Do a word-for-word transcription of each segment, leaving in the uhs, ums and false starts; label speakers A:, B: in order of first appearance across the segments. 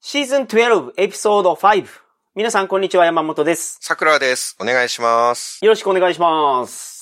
A: シーズンじゅうにエピソードご。皆さんこんにちは、山本です。
B: 桜です。お願いします。
A: よろしくお願いします。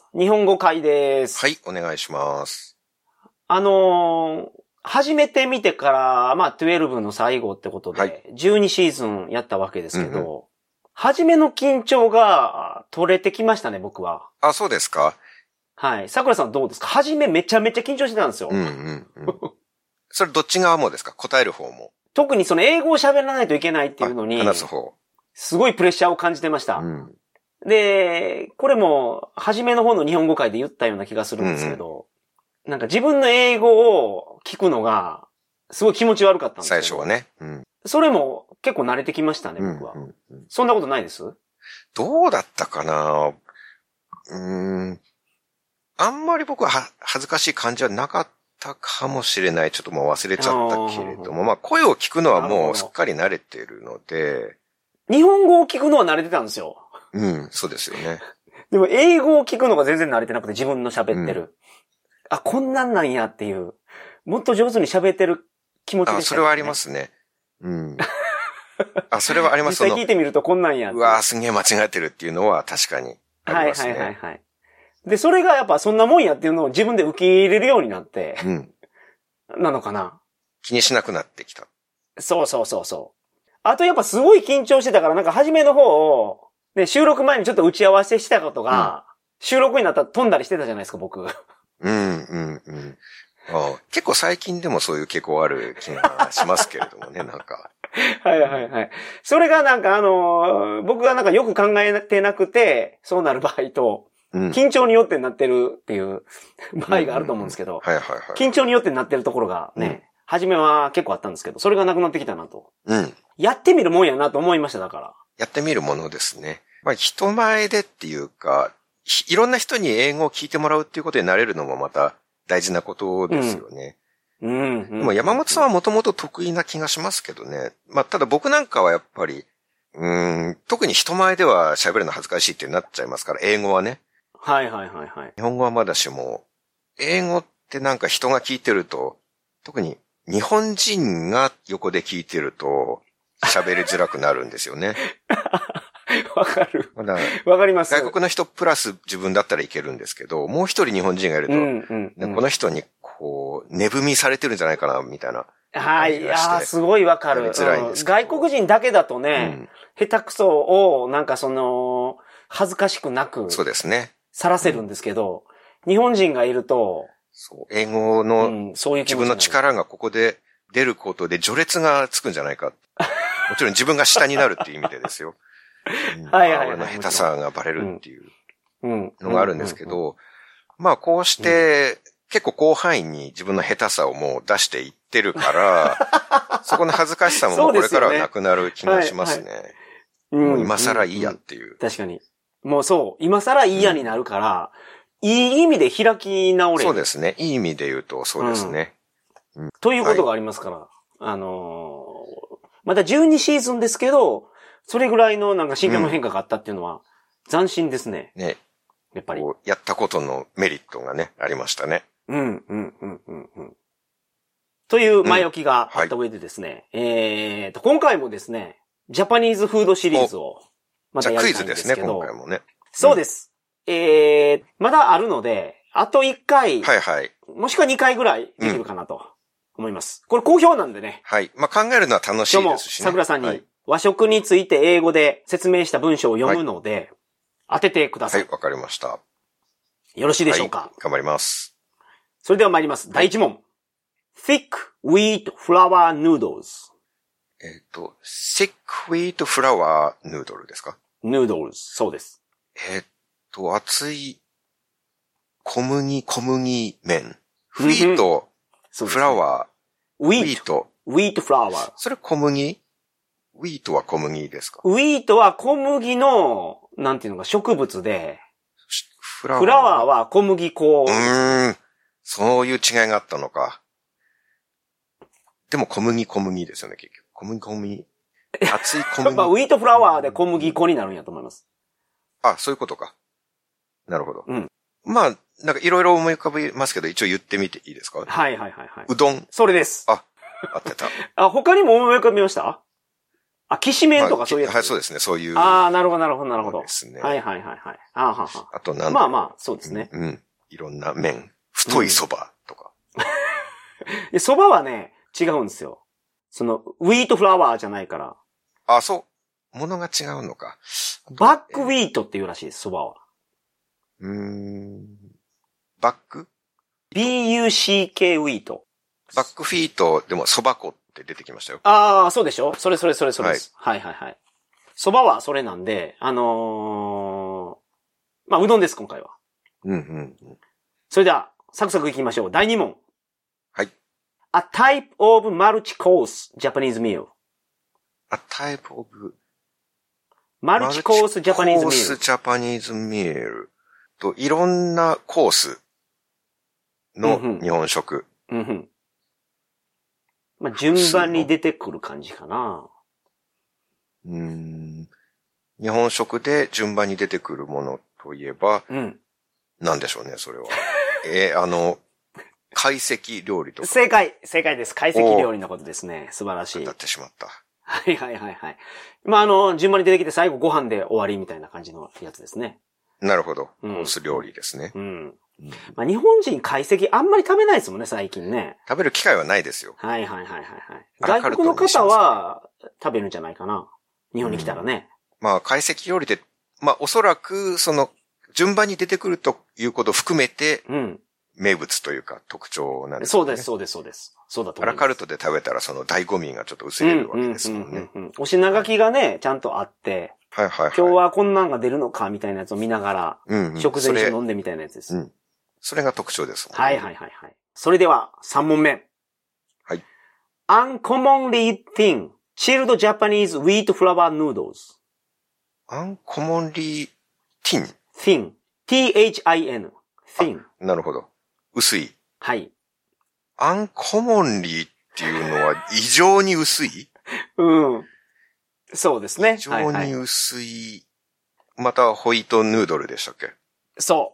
A: 日本語会です。
B: はい、お願いします。
A: あのー、初めて見てから、まあじゅうにの最後ってことで、はい、じゅうにシーズンやったわけですけど、うんうん、初めの緊張が取れてきましたね、僕は。
B: あ、そうですか。
A: はい。桜さんどうですか？初めめちゃめちゃ緊張してたんですよ。
B: うんうんうん。それどっち側もですか？答える方も。
A: 特にその英語を喋らないといけないっていうのに、
B: 話す方。
A: すごいプレッシャーを感じてました。
B: うん、
A: で、これも初めの方の日本語会で言ったような気がするんですけど、うん、なんか自分の英語を聞くのがすごい気持ち悪かったんですよ。
B: 最初はね、うん。
A: それも結構慣れてきましたね、僕は。うんうんうん、そんなことないです？
B: どうだったかな？うーん。あんまり僕は恥ずかしい感じはなかったかもしれない。ちょっともう忘れちゃったけれども、まあ声を聞くのはもうすっかり慣れているので。
A: 日本語を聞くのは慣れてたんですよ。
B: うん、そうですよね。
A: でも英語を聞くのが全然慣れてなくて、自分の喋ってる。うん、あ、こんなんなんやっていう。もっと上手に喋ってる気持ちでした、ね。
B: あ、それはありますね。うん。あ、それはあります。
A: 実際聞いてみるとこんなんやって。
B: うわーすげえ間違えてるっていうのは確かにありますね。
A: はいはいはいはい。で、それがやっぱそんなもんやっていうのを自分で受け入れるようになって。うん。なのかな。
B: 気にしなくなってきた。
A: そうそうそうそう。あとやっぱすごい緊張してたからなんか初めの方を、ね、収録前にちょっと打ち合わせしたことが、うん、収録になったら飛んだりしてたじゃないですか、僕。うん
B: うんうん。ああ結構最近でもそういう傾向ある気がしますけれどもね、なんか。
A: はいはいはい。それがなんかあのー、僕がなんかよく考えてなくて、そうなる場合と、うん、緊張によってなってるっていう場合があると思うんですけど、
B: はいはいはい。
A: 緊張によってなってるところがね、うん初めは結構あったんですけど、それがなくなってきたなと。うん。やってみるもんやなと思いました、だから。
B: やってみるものですね。まあ、人前でっていうか、いろんな人に英語を聞いてもらうっていうことになれるのもまた大事なことですよね。うん。うん、でも山本さんはもともと得意な気がしますけどね。まあ、ただ僕なんかはやっぱり、うん、特に人前では喋るの恥ずかしいってなっちゃいますから、英語はね。
A: はいはいはいはい。
B: 日本語はまだしも、英語ってなんか人が聞いてると、特に日本人が横で聞いてると喋りづらくなるんですよね。
A: わかる。
B: まだ
A: わかります。
B: 外国の人プラス自分だったらいけるんですけど、もう一人日本人がいると、うんうんうん、この人にこう、寝踏みされてるんじゃないかな、みたいな。
A: はい。いやー、すごいわかる。辛いんです外国人だけだとね、うん、下手くそをなんかその、恥ずかしくなく。
B: そうですね。
A: さらせるんですけど、うん、日本人がいると、
B: そう、英語の、うん、そういう自分の力がここで出ることで序列がつくんじゃないか。もちろん自分が下になるっていう意味でですよ。はいはいはい。俺の下手さがバレるっていうのがあるんですけど、まあこうして、うん、結構広範囲に自分の下手さをもう出していってるから、そこの恥ずかしさももうこれからはなくなる気がしますね。はいはい、もう今更いいやっていう、うんうん。
A: 確かに。もうそう、今更いいやになるから、うん、いい意味で開き直れる。
B: そうですね。いい意味で言うとそうですね。
A: うんうん、ということがありますから、はい、あのー、またじゅうにシーズンですけど、それぐらいのなんか心境の変化があったっていうのは、斬新ですね。
B: ね。
A: やっぱり。
B: やったことのメリットがね、ありましたね。
A: うん、うん、うん、うん、うん。という前置きがあった上でですね、うんはい、えーと、今回もですね、ジャパニーズフードシリーズをまたやりたいんですけど。
B: じゃあクイズですね、今回もね。
A: そうです。うん、えー、まだあるので、あといっかい、
B: はいはい。
A: もしくはにかいぐらいできるかなと思います。うん、これ好評なんでね。
B: はい。まあ、考えるのは楽しいですしね。
A: 今日も桜さんに和食について英語で説明した文章を読むので、はい、当ててください。
B: はい、わかりました。
A: よろしいでしょうか、はい、
B: 頑張ります。
A: それでは参ります。だいいち問。thick wheat flour noodles。
B: えっと、thick wheat flour noodle ですか？
A: noodles。そうです。
B: えっと、厚い小麦、小麦麺。フィート、フラワー。
A: ウィート。ウィートフラワー。
B: それ小麦？ウィートは小麦ですか？
A: ウィートは小麦の、なんていうのか、植物で、フラワー。フラワーは小麦粉。
B: うーん。そういう違いがあったのか。でも小麦小麦ですよね、結局。小麦小麦。厚い小麦。
A: まあ、ウィートフラワーで小麦粉になるんやと思います。
B: あ、そういうことか。なるほど。うん。まあ、なんかいろいろ思い浮かびますけど、一応言ってみていいですか？
A: はいはいはいはい。
B: うどん。
A: それです。
B: あ、合ってた。
A: あ、他にも思い浮かびました？ あ、きしめんとかそういうやつ、
B: まあ、はい、そうですね、そういう。
A: ああ、なるほど、なるほど、なるほど。
B: ですね。
A: はいはいはいはい。あはは。
B: あとなん
A: まあまあ、そうですね。
B: うん、うん。いろんな麺。太い蕎麦とか。
A: うん、蕎麦はね、違うんですよ。その、ウィートフラワーじゃないから。
B: あ、そう。ものが違うのか。
A: バックウィートっていうらしいです、蕎麦は。
B: うーん。バック
A: ビーユーシーケー ウィート。
B: バックフィートでも蕎麦粉って出てきましたよ。
A: ああ、そうでしょ？それそれそれそれです。はい、はい、はいはい。蕎麦はそれなんで、あのー、まあ、うどんです、今回は。
B: うんうんうん。
A: それでは、サクサクいきましょう。だいに問。
B: はい。
A: A type of multi-course Japanese meal.
B: A type of
A: multi-course Japanese meal.
B: multi-course Japanese meal. と、いろんなコースの日本食。
A: うんうん。うんうん、まあ、順番に出てくる感じかな。
B: うーん。日本食で順番に出てくるものといえば、うん。なんでしょうね、それは。えー、あの、懐石料理とか。
A: 正解正解です。懐石料理のことですね。素晴らしい。
B: 当たってしまった。
A: はいはいはいはい。まあ、あの、順番に出てきて最後ご飯で終わりみたいな感じのやつですね。
B: なるほど。コース料理ですね。うん。うん
A: うん、まあ、日本人懐石あんまり食べないですもんね、最近ね。
B: 食べる機会はないですよ。
A: はいはいはいはい、はい。外国の方は食べるんじゃないかな。日本に来たらね。
B: うん、まあ、懐石料理で、まあ、おそらく、その、順番に出てくるということを含めて、うん。名物というか特徴なんですね。
A: そうです、そうです、そうです。そうだと思います。
B: アラカルトで食べたらその醍醐味がちょっと薄れるわけですもんね。
A: お品書きがね、ちゃんとあって、はいはいはい。今日はこんなんが出るのかみたいなやつを見ながら、うんうん、食前に飲んでみたいなやつです。
B: うん。それが特徴ですもんね。
A: はいはいはいはい。それではさん問目。
B: はい。
A: uncommonly thin chilled Japanese wheat flour noodles.
B: uncommonly thin?
A: thin. t-h-i-n. thin.
B: なるほど。薄い。
A: はい。
B: アンコモンリーっていうのは異常に薄い
A: うん。そうですね。
B: 異常に薄い。はいはい、またホイートヌードルでしたっけ？
A: そう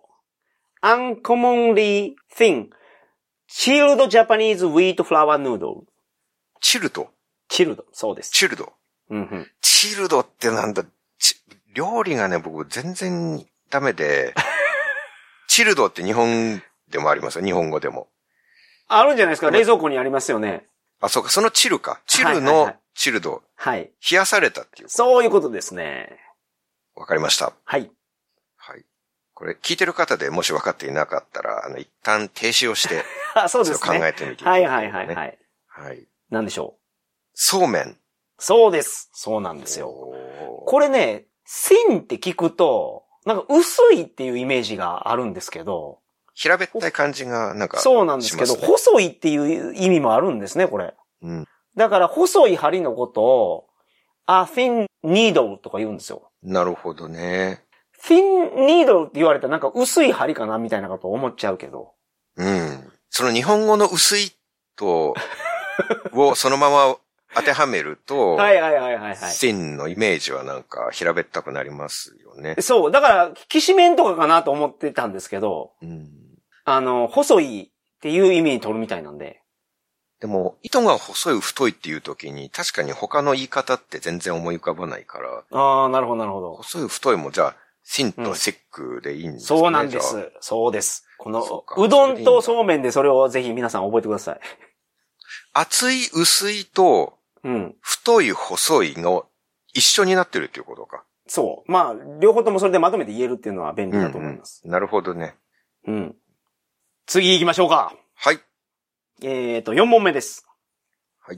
A: 。uncommonly thin chilled Japanese wheat flour noodle.
B: チルド？
A: チルド。そうです。
B: チルド。うんうん、チルドってなんだ、料理がね、僕全然ダメで、チルドって日本でもありますよ、日本語でも。
A: あるんじゃないですか、冷蔵庫にありますよね。
B: あ、そうか、そのチルか。チルのチルド。はい。冷やされたっていう。
A: そういうことですね。
B: わかりました。
A: はい。
B: はい。これ、聞いてる方でもし分かっていなかったら、あの、一旦停止をして、
A: あ、そうですね。
B: 考えてみていただいて、ね。
A: はいはいはいはい。はい。何でしょう。
B: そうめん。
A: そうです。そうなんですよ。これね、thinって聞くと、なんか薄いっていうイメージがあるんですけど。
B: 平べったい感じがなんか、ね。
A: そうなんですけど、細いっていう意味もあるんですね、これ。うん。だから細い針のことを、a thin needle とか言うんですよ。
B: なるほどね。
A: thin needle って言われたらなんか薄い針かなみたいなことを思っちゃうけど。
B: うん。その日本語の薄いと、をそのまま当てはめると、
A: はいはいはいはいはい。
B: thin のイメージはなんか平べったくなりますよね。
A: そう。だから、きしめんとかかなと思ってたんですけど、うん、あの、細いっていう意味に取るみたいなんで。
B: でも、糸が細い太いっていう時に、確かに他の言い方って全然思い浮かばないから。
A: ああ、なるほどなるほど。
B: 細い太いもじゃあ、thin と thick でいいんですね、
A: うん、そうなんです。そうです。この、うどんとそうめんでそれをぜひ皆さん覚えてください。
B: 厚い薄いと、うん、太い細いの一緒になってるっていうことか。
A: そう。まあ、両方ともそれでまとめて言えるっていうのは便利だと思います。
B: うんうん、なるほどね。
A: うん。次行きましょうか。
B: はい。
A: えっと、よん問目です。
B: はい。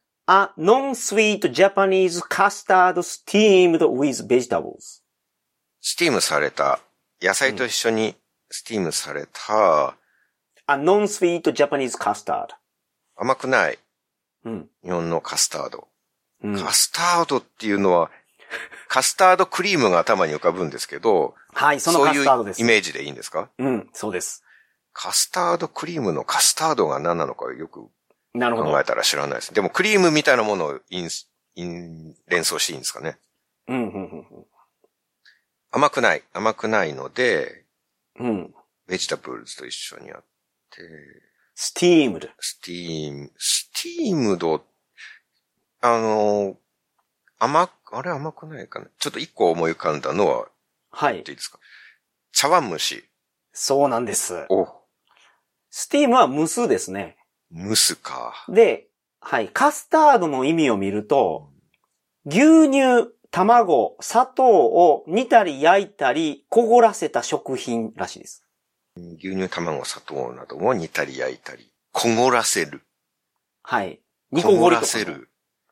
A: A non-sweet Japanese custard steamed with vegetables.
B: スティームされた、野菜と一緒にスティームされた、
A: うん、A non-sweet Japanese custard.
B: 甘くない。うん。日本のカスタード。うん、カスタードっていうのは、カスタードクリームが頭に浮かぶんですけど、
A: はい、そのカスタードです。
B: そういうイメージでいいんですか？
A: うん、そうです。
B: カスタードクリームのカスタードが何なのかよく考えたら知らないです。でもクリームみたいなものをイン、イン、連想していいんですかね。うん、うん、うん。甘くない。甘くないので、うん。ベジタブルズと一緒にやって、
A: スティームド。
B: スティーム、スティームド、あの、 甘く、あれ甘くないかな。ちょっと一個思い浮かんだのは、
A: はい。
B: いいですか。茶碗蒸し。
A: そうなんです。
B: お。
A: スティームは蒸すですね。
B: 蒸すか。
A: で、はい。カスタードの意味を見ると、牛乳、卵、砂糖を煮たり焼いたり凍らせた食品らしいです。
B: 牛乳、卵、砂糖などを煮たり焼いたり、凍らせる。
A: はい。
B: 煮凍らせる。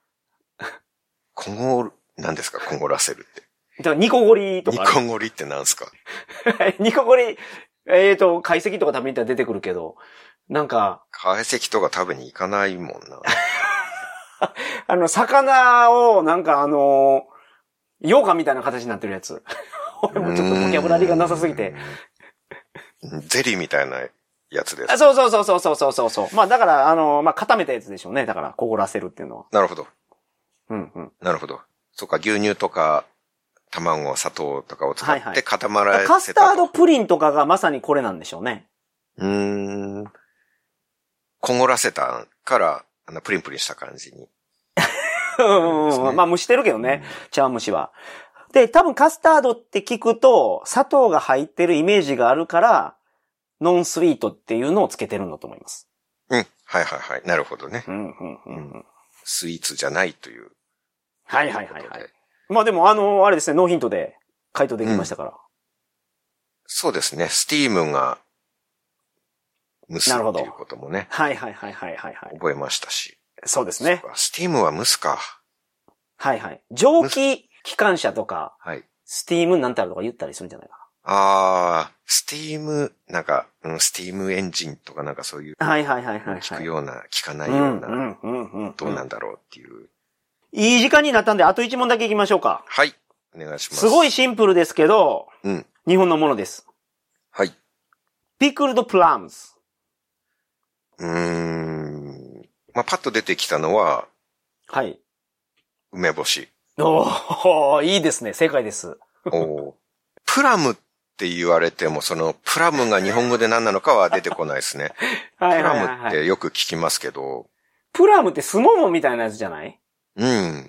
B: 凍る、何ですか凍らせるって。
A: だから煮こごりとか。
B: 煮こごりって何すか
A: 煮こごり、えっと、懐石とか食べに行ったら出てくるけど、なんか。
B: 懐石とか食べに行かないもんな。
A: あの、魚を、なんかあの、羊羹みたいな形になってるやつ。俺もちょっとボキャブラリーがなさすぎて。
B: ゼリーみたいなやつです。
A: あ、そうそうそうそうそうそうそう。まあだから、あの、まあ固めたやつでしょうね。だから、凍らせるっていうのは。
B: なるほど。
A: うんうん。
B: なるほど。そっか、牛乳とか、卵、砂糖とかを使って固まらせた、はいはい、
A: カスタードプリンとかがまさにこれなんでしょうね。
B: うーん。凍らせたから、あの、プリンプリンした感じに。
A: うん、まあ蒸してるけどね。茶碗蒸しは。で、多分カスタードって聞くと、砂糖が入ってるイメージがあるから、ノンスイートっていうのをつけてるんだと思います。
B: うん。はいはいはい。なるほどね。
A: うんうんうんうん、
B: スイーツじゃないという。
A: はいはいはいはい。まあでもあの、あれですね、ノーヒントで回答できましたから。うん、
B: そうですね。スティームが蒸すっていうこともね。
A: はいはいはいはいはい、はい。
B: 覚えましたし。
A: そうですね。
B: スティームは蒸すか。
A: はいはい。蒸気機関車とか、
B: はい。
A: スティームなんたらとか言ったりするんじゃないかな。
B: ああ、スティーム、なんか、うん、スティームエンジンとかなんかそういう。
A: はいはいはいはい、はい。
B: 聞くような、聞かないような。うんうんうんうん。どうなんだろうっていう。
A: いい時間になったんで、あと一問だけ行きましょうか。
B: はい。お願いします。
A: すごいシンプルですけど、
B: うん。
A: 日本のものです。
B: はい。
A: ピクルドプラムズ。
B: うーん。まあ、パッと出てきたのは、
A: はい。
B: 梅干し。
A: おー、いいですね。正解です。
B: おプラムって言われても、その、プラムが日本語で何なのかは出てこないですね。はいはいはいはい、プラムってよく聞きますけど。
A: プラムってスモモみたいなやつじゃない？
B: うん。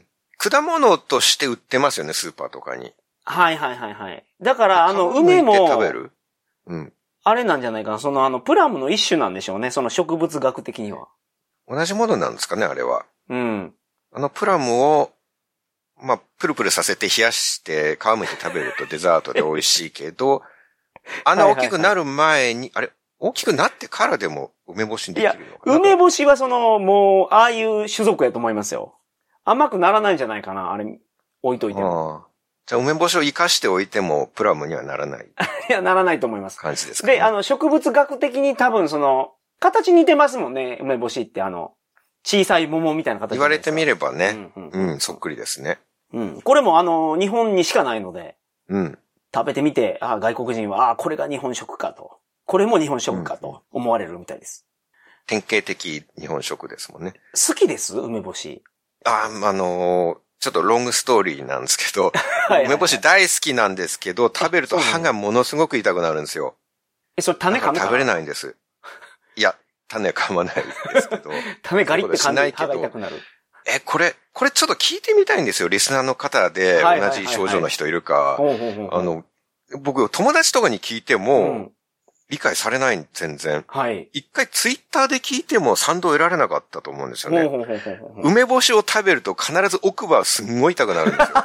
B: 果物として売ってますよね、スーパーとかに。
A: はいはいはいはい。だから、あの、梅も、
B: 食べる？うん。
A: あれなんじゃないかな。その、あの、プラムの一種なんでしょうね。その植物学的には。
B: 同じものなんですかね、あれは。
A: うん。
B: あのプラムを、まあ、プルプルさせて冷やして皮むいて食べるとデザートで美味しいけど、あんな大きくなる前に、はいはいはい、あれ、大きくなってからでも梅干しにできるのかな？い
A: や、梅干しはその、もう、ああいう種族やと思いますよ。甘くならないんじゃないかな、あれ、置いといても。
B: あじゃあ梅干しを生かしておいてもプラムにはならない。
A: いや、ならないと思います。
B: 感じですかね。
A: で、あの、植物学的に多分その、形似てますもんね、梅干しってあの、小さい桃みたいな形。
B: 言われてみればね、うん、うんうん、そっくりですね。
A: うん。これもあの、日本にしかないので、
B: うん。
A: 食べてみて、ああ、外国人は、ああ、これが日本食かと。これも日本食かと思われるみたいです。
B: うん、典型的日本食ですもんね。
A: 好きです梅干し。
B: あ、あのー、ちょっとロングストーリーなんですけど、はいはいはい、梅干し大好きなんですけど、食べると歯がものすごく痛くなるんですよ。
A: え、それ種噛むか？
B: 食べれないんです。いや、種噛まないですけど。
A: 種ガリって噛んで歯が痛くなる。
B: え、これ、これちょっと聞いてみたいんですよ。リスナーの方で同じ症状の人いるか。あの、僕、友達とかに聞いても、うん、理解されない、全然。
A: はい。
B: 一回ツイッターで聞いても賛同得られなかったと思うんですよね。ほうほうほうほう梅干しを食べると必ず奥歯すんごい痛くなるんですよ。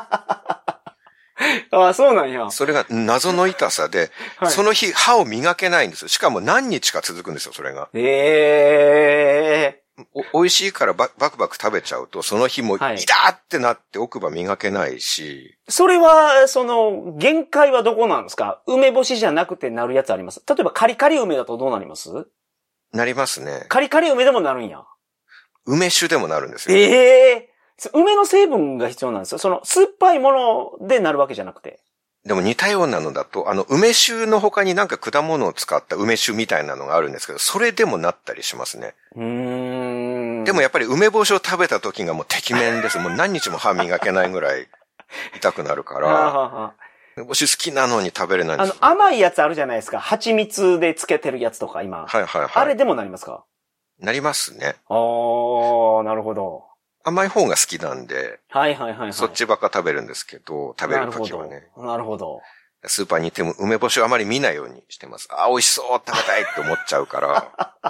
A: ああ、そうなんや。
B: それが謎の痛さで、はい、その日歯を磨けないんですよ。しかも何日か続くんですよ、それが。
A: ええー。
B: お、美味しいからババクバク食べちゃうと、その日も、はい、イダーってなって奥歯磨けないし。
A: それは、その、限界はどこなんですか？梅干しじゃなくてなるやつあります？例えばカリカリ梅だとどうなります？
B: なりますね。
A: カリカリ梅でもなるんや。
B: 梅酒でもなるんですよ。
A: ええー。梅の成分が必要なんですよ。その、酸っぱいものでなるわけじゃなくて。
B: でも似たようなのだと、あの、梅酒の他になんか果物を使った梅酒みたいなのがあるんですけど、それでもなったりしますね。
A: うーん。
B: でもやっぱり梅干しを食べた時がもうてきめんです。もう何日も歯磨けないぐらい痛くなるから。梅干し好きなのに食べれないんですよ。
A: あの、甘いやつあるじゃないですか。蜂蜜でつけてるやつとか今。
B: はいはいはい。
A: あれでもなりますか？
B: なりますね。
A: ああ、なるほど。
B: 甘い方が好きなんで、
A: はいはいはい、はい。
B: そっちばっか食べるんですけど、食べるときはね。
A: なるほど。
B: スーパーに行っても梅干しをあまり見ないようにしてます。あ、美味しそう、食べたいって思っちゃうから。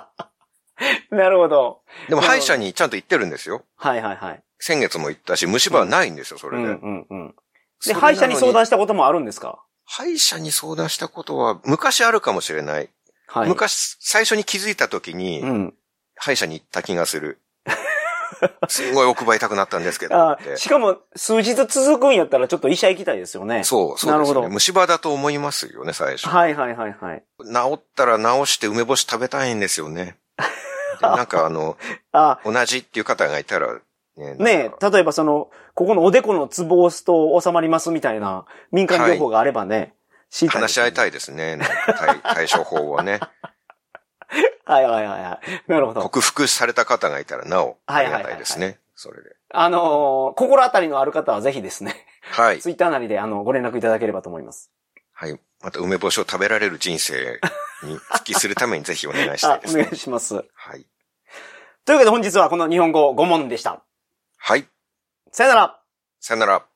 A: なるほど。
B: でも歯医者にちゃんと行ってるんですよ。
A: はいはいはい。
B: 先月も行ったし、虫歯はないんですよ、それで。うんうんうん。
A: で、歯医者に相談したこともあるんですか？
B: 歯医者に相談したことは、昔あるかもしれない。はい。昔、最初に気づいた時に、うん、歯医者に行った気がする。すごい奥歯痛くなったんですけど
A: あ。しかも、数日続くんやったらちょっと医者行きたいですよね。
B: そう、そうですね。なるほど。虫歯だと思いますよね、最初。
A: はいはいはいはい。
B: 治ったら治して梅干し食べたいんですよね。なんかあの、あ同じっていう方がいたら
A: ね、ねえ、例えばその、ここのおでこのツボを押すと収まりますみたいな民間療法があればね、
B: はい、話し合いたいですね。対, 対処法をね。
A: はいはいはいはい。なるほど。
B: 克服された方がいたらなお、ありがたいですね。はいはいはいはい、それで。
A: あのー、心当たりのある方はぜひですね。
B: はい。
A: ツイッターなりであの、ご連絡いただければと思います。
B: はい。また梅干しを食べられる人生に復帰するためにぜひお願いしたいですね。
A: お願いします。
B: はい。
A: というわけで本日はこの日本語ご問でした。
B: はい。
A: さよなら。
B: さよなら。